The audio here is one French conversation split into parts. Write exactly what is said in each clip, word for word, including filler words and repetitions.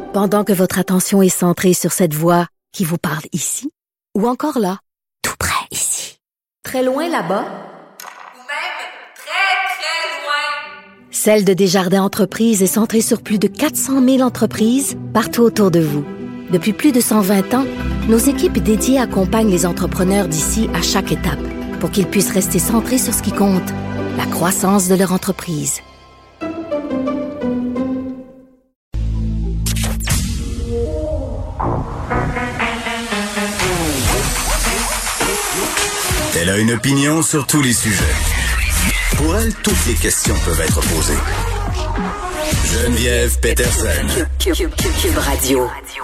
Pendant que votre attention est centrée sur cette voix qui vous parle ici, ou encore là, tout près ici, très loin là-bas, ou même très, très loin, Celle de Desjardins Entreprises est centrée sur plus de quatre cent mille entreprises partout autour de vous. Depuis plus de cent vingt ans, nos équipes dédiées accompagnent les entrepreneurs d'ici à chaque étape pour qu'ils puissent rester centrés sur ce qui compte, la croissance de leur entreprise. Elle a une opinion sur tous les sujets. Pour elle, toutes les questions peuvent être posées. Geneviève Peterson. Cube, Cube, Cube, Cube Radio.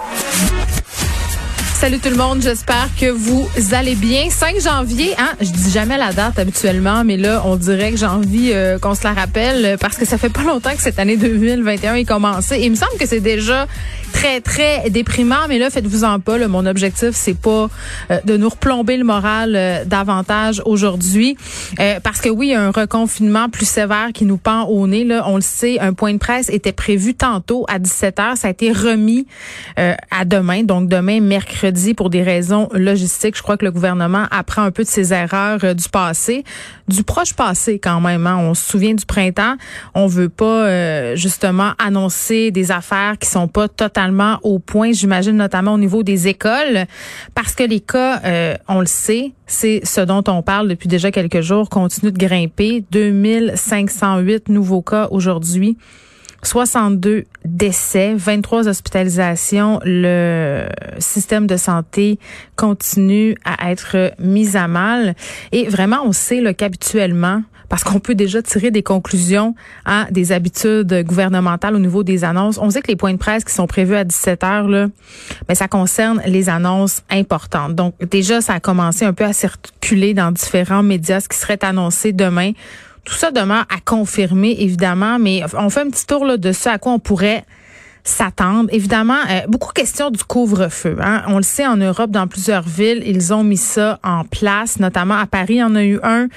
Salut tout le monde, j'espère que vous allez bien. cinq janvier, hein, je dis jamais la date habituellement, mais là, on dirait que j'ai envie euh, qu'on se la rappelle parce que ça fait pas longtemps que cette année deux mille vingt et un est commencée. Et il me semble que c'est déjà très, très déprimant, mais là, faites-vous-en pas. Là, mon objectif, c'est pas euh, de nous replomber le moral euh, davantage aujourd'hui. Euh, parce que oui, il y a un reconfinement plus sévère qui nous pend au nez. Là, on le sait, un point de presse était prévu tantôt à dix-sept heures. Ça a été remis euh, à demain, donc demain, mercredi. Pour des raisons logistiques. Je crois que le gouvernement apprend un peu de ses erreurs euh, du passé, du proche passé quand même. Hein. On se souvient du printemps. On veut pas euh, justement annoncer des affaires qui sont pas totalement au point, j'imagine notamment au niveau des écoles, parce que les cas, euh, on le sait, c'est ce dont on parle depuis déjà quelques jours, continue de grimper. deux mille cinq cent huit nouveaux cas aujourd'hui. soixante-deux décès, vingt-trois hospitalisations. Le système de santé continue à être mis à mal. Et vraiment, on sait là, qu'habituellement, parce qu'on peut déjà tirer des conclusions à des habitudes gouvernementales au niveau des annonces. On sait que les points de presse qui sont prévus à dix-sept heures, là, mais ça concerne les annonces importantes. Donc, déjà, ça a commencé un peu à circuler dans différents médias, ce qui serait annoncé demain. Tout ça demeure à confirmer, évidemment, mais on fait un petit tour là, de ce à quoi on pourrait s'attendre. Évidemment, euh, beaucoup de questions du couvre-feu. Hein. On le sait, en Europe, dans plusieurs villes, ils ont mis ça en place, notamment à Paris, il y en a eu un.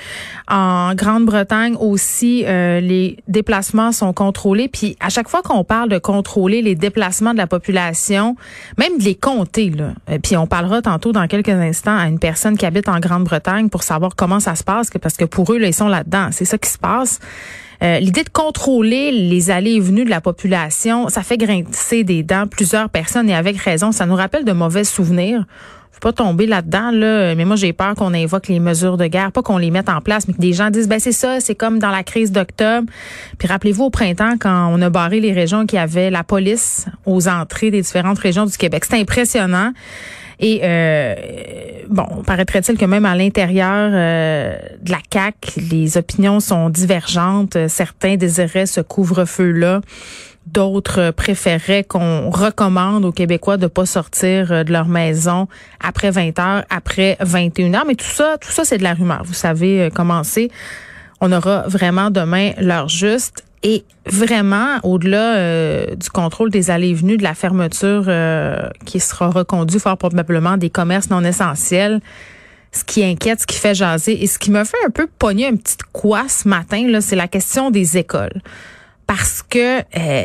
En Grande-Bretagne aussi, euh, les déplacements sont contrôlés. Puis à chaque fois qu'on parle de contrôler les déplacements de la population, même de les compter, là. Puis on parlera tantôt dans quelques instants à une personne qui habite en Grande-Bretagne pour savoir comment ça se passe, parce que pour eux, là, ils sont là-dedans. C'est ça qui se passe. Euh, l'idée de contrôler les allées et venues de la population, ça fait grincer des dents plusieurs personnes et avec raison. Ça nous rappelle de mauvais souvenirs. Faut pas tomber là-dedans, là. Mais moi, j'ai peur qu'on invoque les mesures de guerre, pas qu'on les mette en place, mais que des gens disent, ben c'est ça, c'est comme dans la crise d'octobre. Puis rappelez-vous au printemps, quand on a barré les régions qui avaient la police aux entrées des différentes régions du Québec. C'était impressionnant. Et euh, bon, paraîtrait-il que même à l'intérieur euh, de la C A Q, les opinions sont divergentes. Certains désiraient ce couvre-feu-là. D'autres préféraient qu'on recommande aux Québécois de pas sortir de leur maison après vingt heures, après vingt et une heures. Mais tout ça, tout ça, c'est de la rumeur. Vous savez comment c'est. On aura vraiment demain l'heure juste. Et vraiment, au-delà euh, du contrôle des allées et venues, de la fermeture euh, qui sera reconduite fort probablement des commerces non essentiels, ce qui inquiète, ce qui fait jaser et ce qui me fait un peu pogner un petit quoi ce matin, là, c'est la question des écoles. Parce que euh,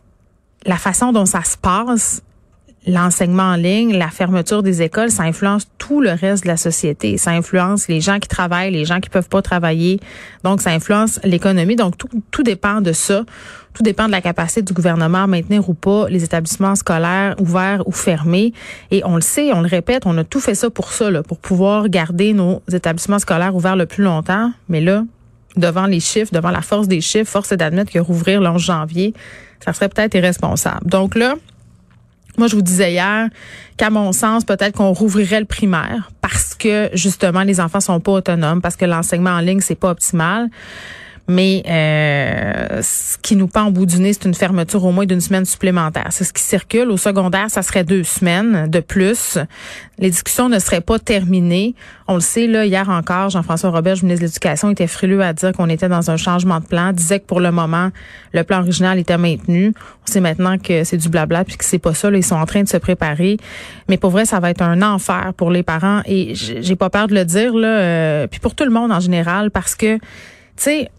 la façon dont ça se passe, l'enseignement en ligne, la fermeture des écoles, ça influence tout le reste de la société. Ça influence les gens qui travaillent, les gens qui peuvent pas travailler. Donc, ça influence l'économie. Donc, tout, tout dépend de ça. Tout dépend de la capacité du gouvernement à maintenir ou pas les établissements scolaires ouverts ou fermés. Et on le sait, on le répète, on a tout fait ça pour ça, là, pour pouvoir garder nos établissements scolaires ouverts le plus longtemps. Mais là, devant les chiffres, devant la force des chiffres, force est d'admettre que rouvrir le onze janvier, ça serait peut-être irresponsable. Donc là, moi, je vous disais hier qu'à mon sens, peut-être qu'on rouvrirait le primaire parce que, justement, les enfants sont pas autonomes, parce que l'enseignement en ligne, c'est pas optimal. Mais euh, ce qui nous pend au bout du nez, c'est une fermeture au moins d'une semaine supplémentaire. C'est ce qui circule. Au secondaire, ça serait deux semaines de plus. Les discussions ne seraient pas terminées. On le sait, là, hier encore, Jean-François Roberge, ministre de l'Éducation, était frileux à dire qu'on était dans un changement de plan, disait que pour le moment, le plan original était maintenu. On sait maintenant que c'est du blabla puis que c'est pas ça. Là, ils sont en train de se préparer. Mais pour vrai, ça va être un enfer pour les parents. Et j'ai pas peur de le dire, là, euh, puis pour tout le monde en général, parce que, tu sais,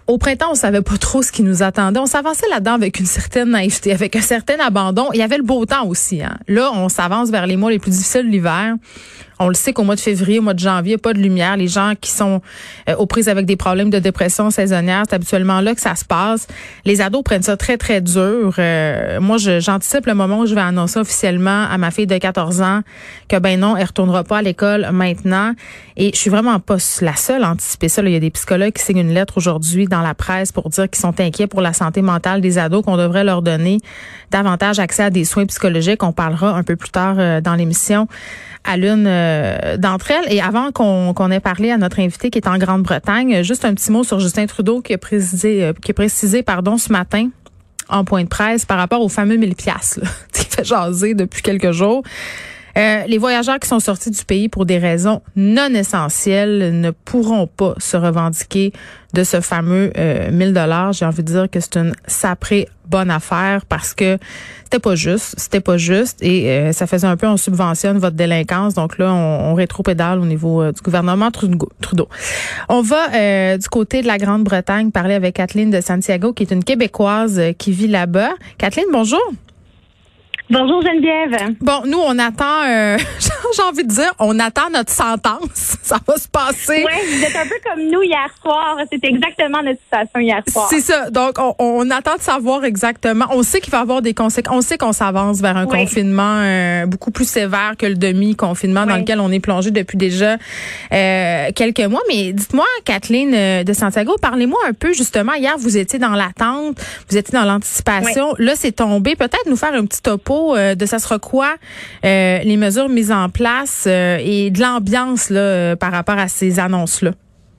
Au printemps, on savait pas trop ce qui nous attendait. On s'avançait là-dedans avec une certaine naïveté, avec un certain abandon. Il y avait le beau temps aussi. Hein. Là, on s'avance vers les mois les plus difficiles de l'hiver. On le sait qu'au mois de février, au mois de janvier, il n'y a pas de lumière. Les gens qui sont euh, aux prises avec des problèmes de dépression saisonnière, c'est habituellement là que ça se passe. Les ados prennent ça très, très dur. Euh, moi, je, j'anticipe le moment où je vais annoncer officiellement à ma fille de quatorze ans que, ben non, elle retournera pas à l'école maintenant. Et je suis vraiment pas la seule à anticiper ça. Là, il y a des psychologues qui signent une lettre aujourd'hui dans la presse pour dire qu'ils sont inquiets pour la santé mentale des ados, qu'on devrait leur donner davantage accès à des soins psychologiques. On parlera un peu plus tard euh, dans l'émission à l'une euh, d'entre elles. Et avant qu'on, qu'on ait parlé à notre invité qui est en Grande-Bretagne, juste un petit mot sur Justin Trudeau qui a précisé, euh, qui a précisé pardon, ce matin en point de presse par rapport aux fameux mille piastres là, qui fait jaser depuis quelques jours. Euh, les voyageurs qui sont sortis du pays pour des raisons non essentielles ne pourront pas se revendiquer de ce fameux euh, mille dollars. J'ai envie de dire que c'est une saprée bonne affaire parce que c'était pas juste, c'était pas juste et euh, ça faisait un peu on subventionne votre délinquance. Donc là, on, on rétropédale au niveau euh, du gouvernement Trudeau. On va euh, du côté de la Grande-Bretagne parler avec Kathleen de Santiago, qui est une Québécoise euh, qui vit là-bas. Kathleen, bonjour. Bonjour Geneviève. Bon, nous, on attend, euh, j'ai envie de dire, on attend notre sentence. Ça va se passer. Oui, vous êtes un peu comme nous hier soir. C'était exactement notre situation hier soir. C'est ça. Donc, on, on attend de savoir exactement. On sait qu'il va y avoir des conséquences. On sait qu'on s'avance vers un oui. confinement euh, beaucoup plus sévère que le demi-confinement oui. dans lequel on est plongé depuis déjà euh, quelques mois. Mais dites-moi, Kathleen euh, de Santiago, parlez-moi un peu justement. Hier, vous étiez dans l'attente, vous étiez dans l'anticipation. Oui. Là, c'est tombé. Peut-être nous faire un petit topo de ça sera quoi euh, les mesures mises en place euh, et de l'ambiance là euh, par rapport à ces annonces-là.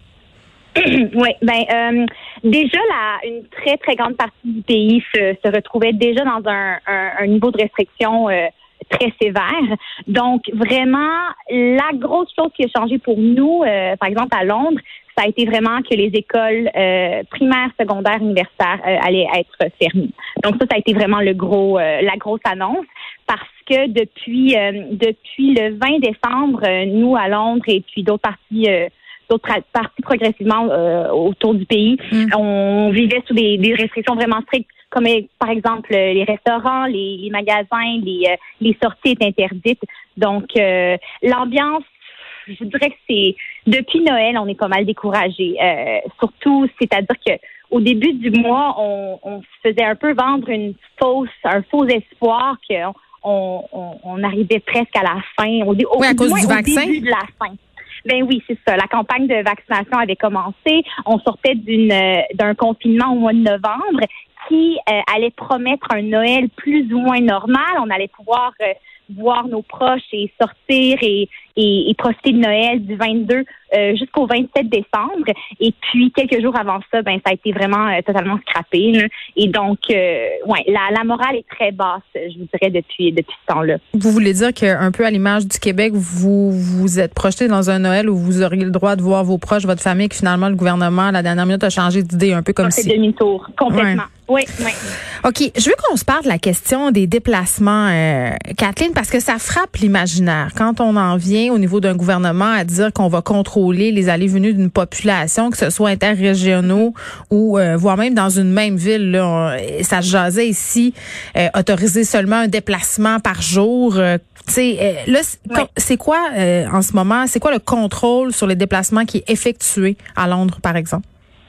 Oui, ben euh, déjà la une très très grande partie du pays se, se retrouvait déjà dans un, un, un niveau de restriction euh, très sévère. Donc vraiment la grosse chose qui a changé pour nous, euh, par exemple à Londres, ça a été vraiment que les écoles euh, primaires, secondaires, universitaires euh, allaient être fermées. Donc ça, ça a été vraiment le gros, euh, la grosse annonce, parce que depuis euh, depuis le vingt décembre, euh, nous à Londres et puis d'autres parties, euh, d'autres parties progressivement euh, autour du pays, mmh. on vivait sous des, des restrictions vraiment strictes, comme par exemple les restaurants, les, les magasins, les, euh, les sorties étaient interdites. Donc euh, l'ambiance, je dirais que c'est depuis Noël, on est pas mal découragé. Euh, surtout, c'est-à-dire que au début du mois, on, on se faisait un peu vendre une fausse, un faux espoir qu'on on, on, on arrivait presque à la fin. Au, au, oui, à cause moins, du au vaccin. Début de la fin. Ben oui, c'est ça. La campagne de vaccination avait commencé. On sortait d'une d'un confinement au mois de novembre qui euh, allait promettre un Noël plus ou moins normal. On allait pouvoir euh, voir nos proches et sortir et, et, et profiter de Noël du vingt-deux euh, jusqu'au vingt-sept décembre. Et puis, quelques jours avant ça, ben ça a été vraiment euh, totalement scrappé. Là. Et donc, euh, ouais, la, la morale est très basse, je vous dirais, depuis, depuis ce temps-là. Vous voulez dire qu'un peu à l'image du Québec, vous vous êtes projeté dans un Noël où vous auriez le droit de voir vos proches, votre famille, que finalement, le gouvernement, à la dernière minute, a changé d'idée, un peu comme si... C'est demi-tour, complètement. Ouais. Oui, oui. OK. Je veux qu'on se parle de la question des déplacements, euh, Kathleen, parce que ça frappe l'imaginaire. Quand on en vient au niveau d'un gouvernement à dire qu'on va contrôler les allées-venues d'une population, que ce soit interrégionaux ou euh, voire même dans une même ville, là, on, ça se jasait ici, euh, autoriser seulement un déplacement par jour. Euh, tu sais, euh, là, c'est, oui. c'est quoi euh, en ce moment, c'est quoi le contrôle sur les déplacements qui est effectué à Londres, par exemple?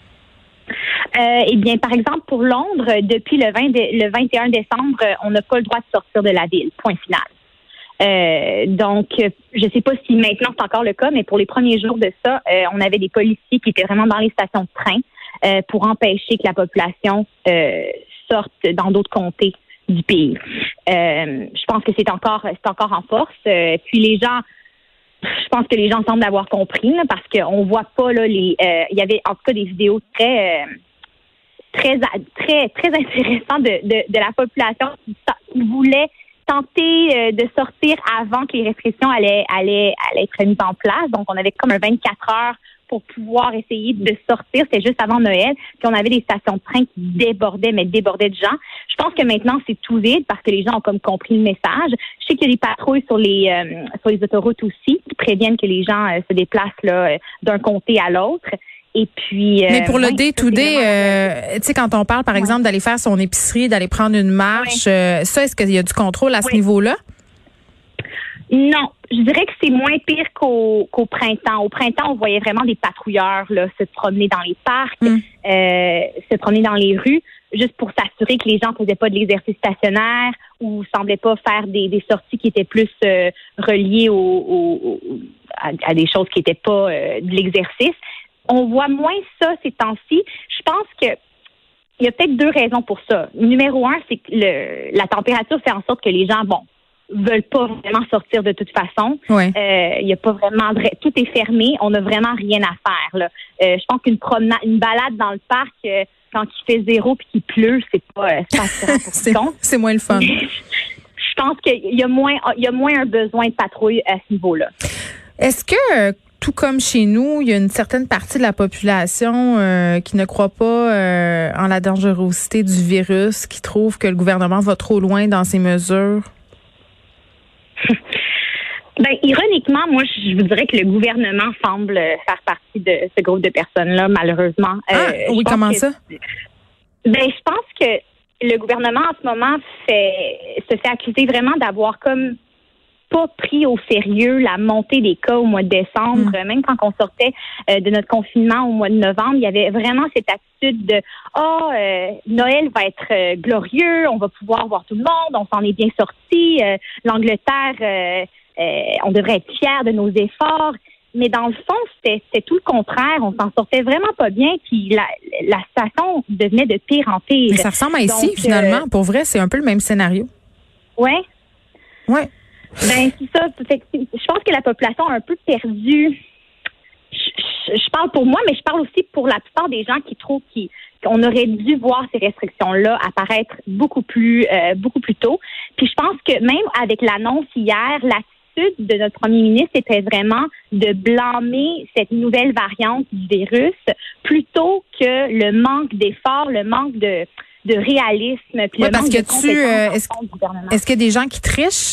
Euh, eh bien, par exemple, pour Londres, depuis le, vingt de, le vingt et un décembre, on n'a pas le droit de sortir de la ville. Point final. Euh, donc, je ne sais pas si maintenant c'est encore le cas, mais pour les premiers jours de ça, euh, on avait des policiers qui étaient vraiment dans les stations de train euh, pour empêcher que la population euh, sorte dans d'autres comtés du pays. Euh, je pense que c'est encore, c'est encore en force. Euh, puis les gens... Je pense que les gens semblent avoir compris là, parce qu'on voit pas là les. Euh, il y avait en tout cas des vidéos très, euh, très, très, très intéressantes de, de, de la population qui, qui voulait tenter euh, de sortir avant que les restrictions allaient, allaient, allaient être mises en place. Donc, on avait comme un vingt-quatre heures pour pouvoir essayer de sortir. C'était juste avant Noël. Puis on avait des stations de train qui débordaient, mais débordaient de gens. Je pense que maintenant, c'est tout vide parce que les gens ont comme compris le message. Je sais qu'il y a des patrouilles sur les euh, sur les autoroutes aussi qui préviennent que les gens euh, se déplacent là euh, d'un comté à l'autre. Et puis, mais pour euh, le ouais, day-to-day, euh, tu sais, quand on parle, par ouais. exemple, d'aller faire son épicerie, d'aller prendre une marche, ouais. euh, ça, est-ce qu'il y a du contrôle à ce ouais. niveau-là? Non, je dirais que c'est moins pire qu'au, qu'au printemps. Au printemps, on voyait vraiment des patrouilleurs là, se promener dans les parcs, mm. euh, se promener dans les rues, juste pour s'assurer que les gens faisaient pas de l'exercice stationnaire ou semblaient pas faire des, des sorties qui étaient plus euh, reliées au, au, à, à des choses qui étaient pas euh, de l'exercice. On voit moins ça ces temps-ci. Je pense que il y a peut-être deux raisons pour ça. Numéro un, c'est que le, la température fait en sorte que les gens, bon, veulent pas vraiment sortir de toute façon. Ouais. Euh, il y a pas vraiment de, tout est fermé. On n'a vraiment rien à faire. Là. Euh, je pense qu'une promenade, une balade dans le parc euh, quand il fait zéro puis qu'il pleut, c'est pas euh, c'est, pas c'est, c'est moins le fun. Je pense qu'il y a moins, il y a moins un besoin de patrouille à ce niveau-là. Est-ce que tout comme chez nous, il y a une certaine partie de la population euh, qui ne croit pas euh, en la dangerosité du virus, qui trouve que le gouvernement va trop loin dans ses mesures? Ben, ironiquement, moi, je vous dirais que le gouvernement semble faire partie de ce groupe de personnes-là, malheureusement. Ah, euh, oui, comment que, ça? Ben, je pense que le gouvernement, en ce moment, fait, se fait accuser vraiment d'avoir comme pas pris au sérieux la montée des cas au mois de décembre. Mmh. Même quand on sortait euh, de notre confinement au mois de novembre, il y avait vraiment cette attitude de « Ah, oh, euh, Noël va être euh, glorieux, on va pouvoir voir tout le monde, on s'en est bien sorti, euh, l'Angleterre, euh, euh, on devrait être fiers de nos efforts. » Mais dans le fond, c'était, c'était tout le contraire. On s'en sortait vraiment pas bien, puis la, la situation devenait de pire en pire. Mais ça ressemble à ici, Donc, finalement. Euh, Pour vrai, c'est un peu le même scénario. Ouais. Ouais. Ben, c'est ça. Je pense que la population a un peu perdu. Je, je, je parle pour moi, mais je parle aussi pour la plupart des gens qui trouvent qu'ils, qu'on aurait dû voir ces restrictions-là apparaître beaucoup plus, euh, beaucoup plus tôt. Puis je pense que même avec l'annonce hier, l'attitude de notre premier ministre était vraiment de blâmer cette nouvelle variante du virus plutôt que le manque d'efforts, le manque de, de réalisme. Puis oui, le parce manque que de tu, euh, est-ce, du gouvernement. Est-ce qu'il y a des gens qui trichent?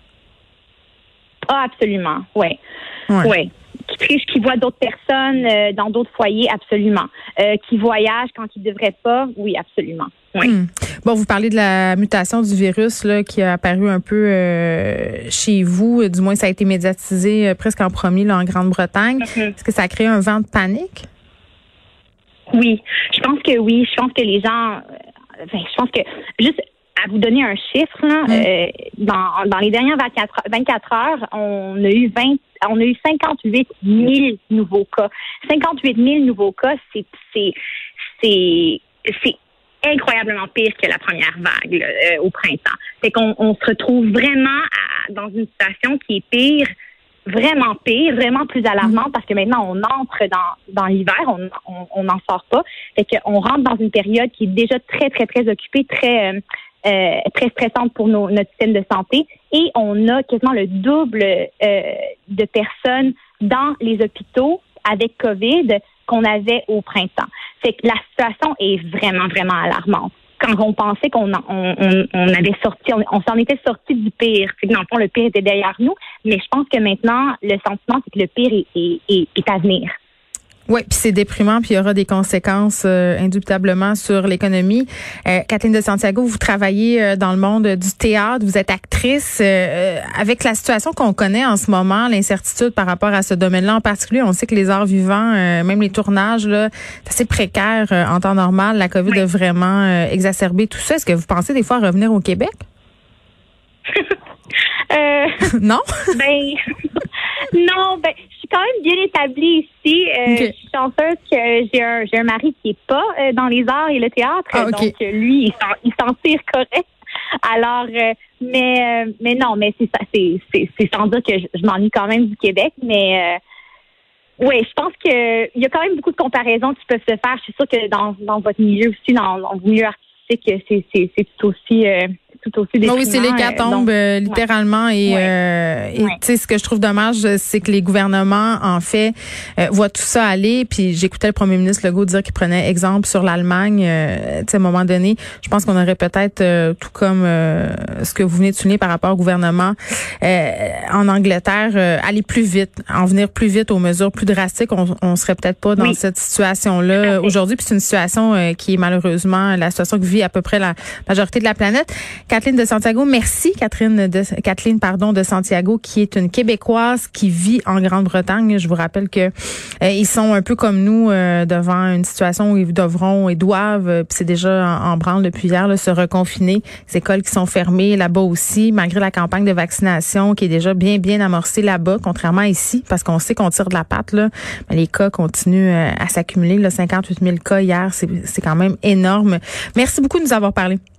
Ah, absolument, oui. Ouais. Oui. Qui trichent, qui voient d'autres personnes euh, dans d'autres foyers, absolument. Euh, qui voyagent quand ils ne devraient pas, oui, absolument. Oui. Hum. Bon, vous parlez de la mutation du virus là, qui a apparu un peu euh, chez vous. Du moins, ça a été médiatisé euh, presque en premier là, en Grande-Bretagne. Mm-hmm. Est-ce que ça a créé un vent de panique? Oui, je pense que oui. Je pense que les gens... Euh, enfin, je pense que... juste à vous donner un chiffre, là, mm. euh, dans, dans les dernières vingt-quatre, vingt-quatre heures, on a eu vingt, on a eu cinquante-huit mille nouveaux cas. cinquante-huit mille nouveaux cas, c'est, c'est, c'est, c'est incroyablement pire que la première vague là, euh, au printemps. C'est qu'on on se retrouve vraiment à, dans une situation qui est pire, vraiment pire, vraiment plus alarmante, parce que maintenant on entre dans, dans l'hiver, on n'en sort pas. Fait qu'on rentre dans une période qui est déjà très, très, très occupée, très... Euh, Euh, très stressante pour nos, notre système de santé, et on a quasiment le double euh, de personnes dans les hôpitaux avec COVID qu'on avait au printemps. Fait que la situation est vraiment, vraiment alarmante. Quand on pensait qu'on on, on, on avait sorti, on, on s'en était sorti du pire. C'est que dans le fond, le pire était derrière nous, mais je pense que maintenant, le sentiment, c'est que le pire est, est, est, est à venir. Oui, puis c'est déprimant, puis il y aura des conséquences euh, indubitablement sur l'économie. Euh, Kathleen de Santiago, vous travaillez euh, dans le monde du théâtre, vous êtes actrice. Euh, avec la situation qu'on connaît en ce moment, l'incertitude par rapport à ce domaine-là en particulier, on sait que les arts vivants, euh, même les tournages, là, c'est assez précaire euh, en temps normal. La COVID oui. a vraiment euh, exacerbé tout ça. Est-ce que vous pensez des fois revenir au Québec? euh, non? Ben... Non, ben, je suis quand même bien établie ici. Euh, okay. Je suis chanceuse que j'ai un, j'ai un mari qui est pas euh, dans les arts et le théâtre. Ah, okay. Donc, lui, il s'en, il s'en tire correct. Alors, euh, mais, euh, mais non, mais c'est ça, c'est, c'est, c'est sans dire que je, je m'ennuie quand même du Québec, mais, euh, oui, je pense que il y a quand même beaucoup de comparaisons qui peuvent se faire. Je suis sûre que dans, dans votre milieu aussi, dans, dans le milieu artistique, c'est, c'est, c'est tout aussi, euh, tout aussi déprimant. Oui, c'est l'hécatombe, euh, littéralement. Ouais. Et, euh, et ouais. tu sais, ce que je trouve dommage, c'est que les gouvernements, en fait, euh, voient tout ça aller. Puis j'écoutais le premier ministre Legault dire qu'il prenait exemple sur l'Allemagne. Euh, tu sais, à un moment donné, je pense qu'on aurait peut-être, euh, tout comme euh, ce que vous venez de souligner par rapport au gouvernement euh, en Angleterre, euh, aller plus vite, en venir plus vite aux mesures plus drastiques. On, on serait peut-être pas dans oui. cette situation-là aujourd'hui. Puis c'est une situation euh, qui est malheureusement la situation que vit à peu près la majorité de la planète. Kathleen de Santiago, merci Catherine de Kathleen pardon de Santiago, qui est une Québécoise qui vit en Grande-Bretagne. Je vous rappelle que euh, ils sont un peu comme nous euh, devant une situation où ils devront et doivent, euh, puis c'est déjà en, en branle depuis hier, là, se reconfiner. Les écoles qui sont fermées là-bas aussi, malgré la campagne de vaccination qui est déjà bien bien amorcée là-bas, contrairement à ici, parce qu'on sait qu'on tire de la patte là. Mais les cas continuent euh, à s'accumuler. Là, cinquante-huit mille cas hier, c'est c'est quand même énorme. Merci beaucoup de nous avoir parlé.